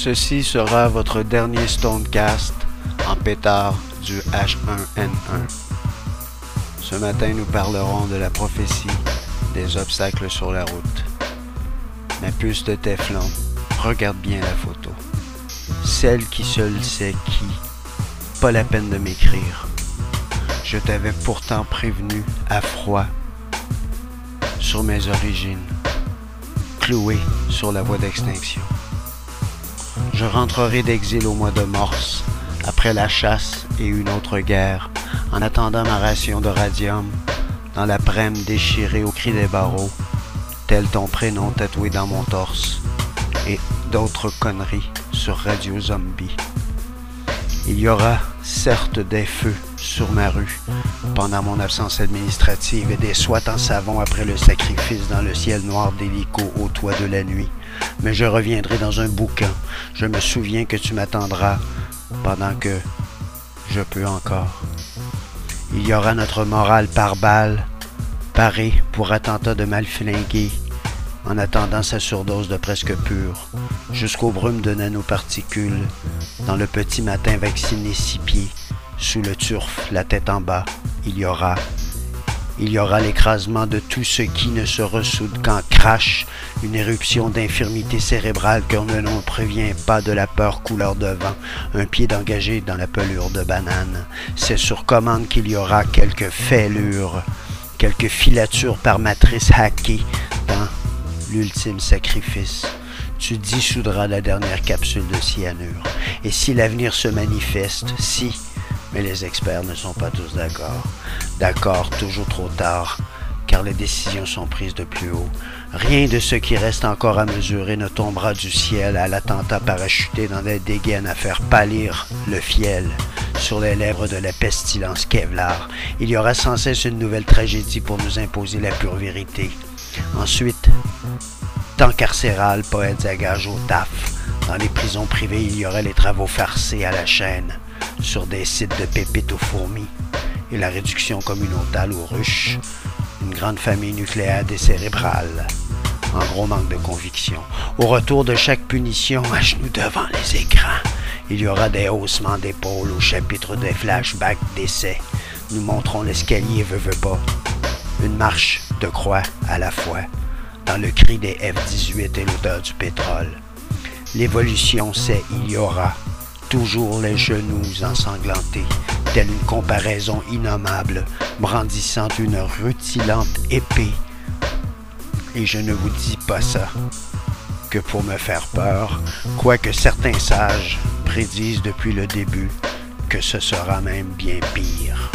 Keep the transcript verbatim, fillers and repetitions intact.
Ceci sera votre dernier Stonecast en pétard du H un N un. Ce matin, nous parlerons de la prophétie des obstacles sur la route. Ma puce de Teflon, regarde bien la photo. Celle qui seule sait qui. Pas la peine de m'écrire. Je t'avais pourtant prévenu à froid sur mes origines, cloué sur la voie d'extinction. Je rentrerai d'exil au mois de morse, après la chasse et une autre guerre, en attendant ma ration de radium, dans la prème déchirée au cri des barreaux, tel ton prénom tatoué dans mon torse, et d'autres conneries sur Radio Zombie. Il y aura certes des feux sur ma rue pendant mon absence administrative et des soies en savon après le sacrifice dans le ciel noir d'hélico au toit de la nuit. Mais je reviendrai dans un boucan. Je me souviens que tu m'attendras pendant que je peux encore. Il y aura notre morale par balle, parée pour attentat de mal flingué, en attendant sa surdose de presque pure, jusqu'aux brumes de nanoparticules, dans le petit matin vacciné six pieds, sous le turf, la tête en bas, il y aura, il y aura l'écrasement de tout ce qui ne se ressoude qu'en crash, une éruption d'infirmité cérébrale qu'on ne l'on prévient pas de la peur couleur de vent, un pied d'engagé dans la pelure de banane. C'est sur commande qu'il y aura quelques fêlures, quelques filatures par matrice hackées dans l'ultime sacrifice. Tu dissoudras la dernière capsule de cyanure. Et si l'avenir se manifeste, si, mais les experts ne sont pas tous d'accord. D'accord, toujours trop tard, car les décisions sont prises de plus haut. Rien de ce qui reste encore à mesurer ne tombera du ciel à l'attentat parachuté dans des dégaines à faire pâlir le fiel sur les lèvres de la pestilence Kevlar. Il y aura sans cesse une nouvelle tragédie pour nous imposer la pure vérité. Ensuite, temps carcéral, poètes à gages au taf. Dans les prisons privées, il y aura les travaux farcés à la chaîne, sur des sites de pépites aux fourmis, et la réduction communautale aux ruches, une grande famille nucléaire décérébrale, en gros manque de conviction. Au retour de chaque punition, à genoux devant les écrans, il y aura des haussements d'épaules au chapitre des flashbacks d'essais. Nous montrons l'escalier veut veut pas, une marche de croix à la fois, dans le cri des F dix-huit et l'odeur du pétrole. L'évolution, c'est il y aura toujours les genoux ensanglantés, telle une comparaison innommable, brandissant une rutilante épée. Et je ne vous dis pas ça que pour me faire peur, quoique certains sages prédisent depuis le début que ce sera même bien pire.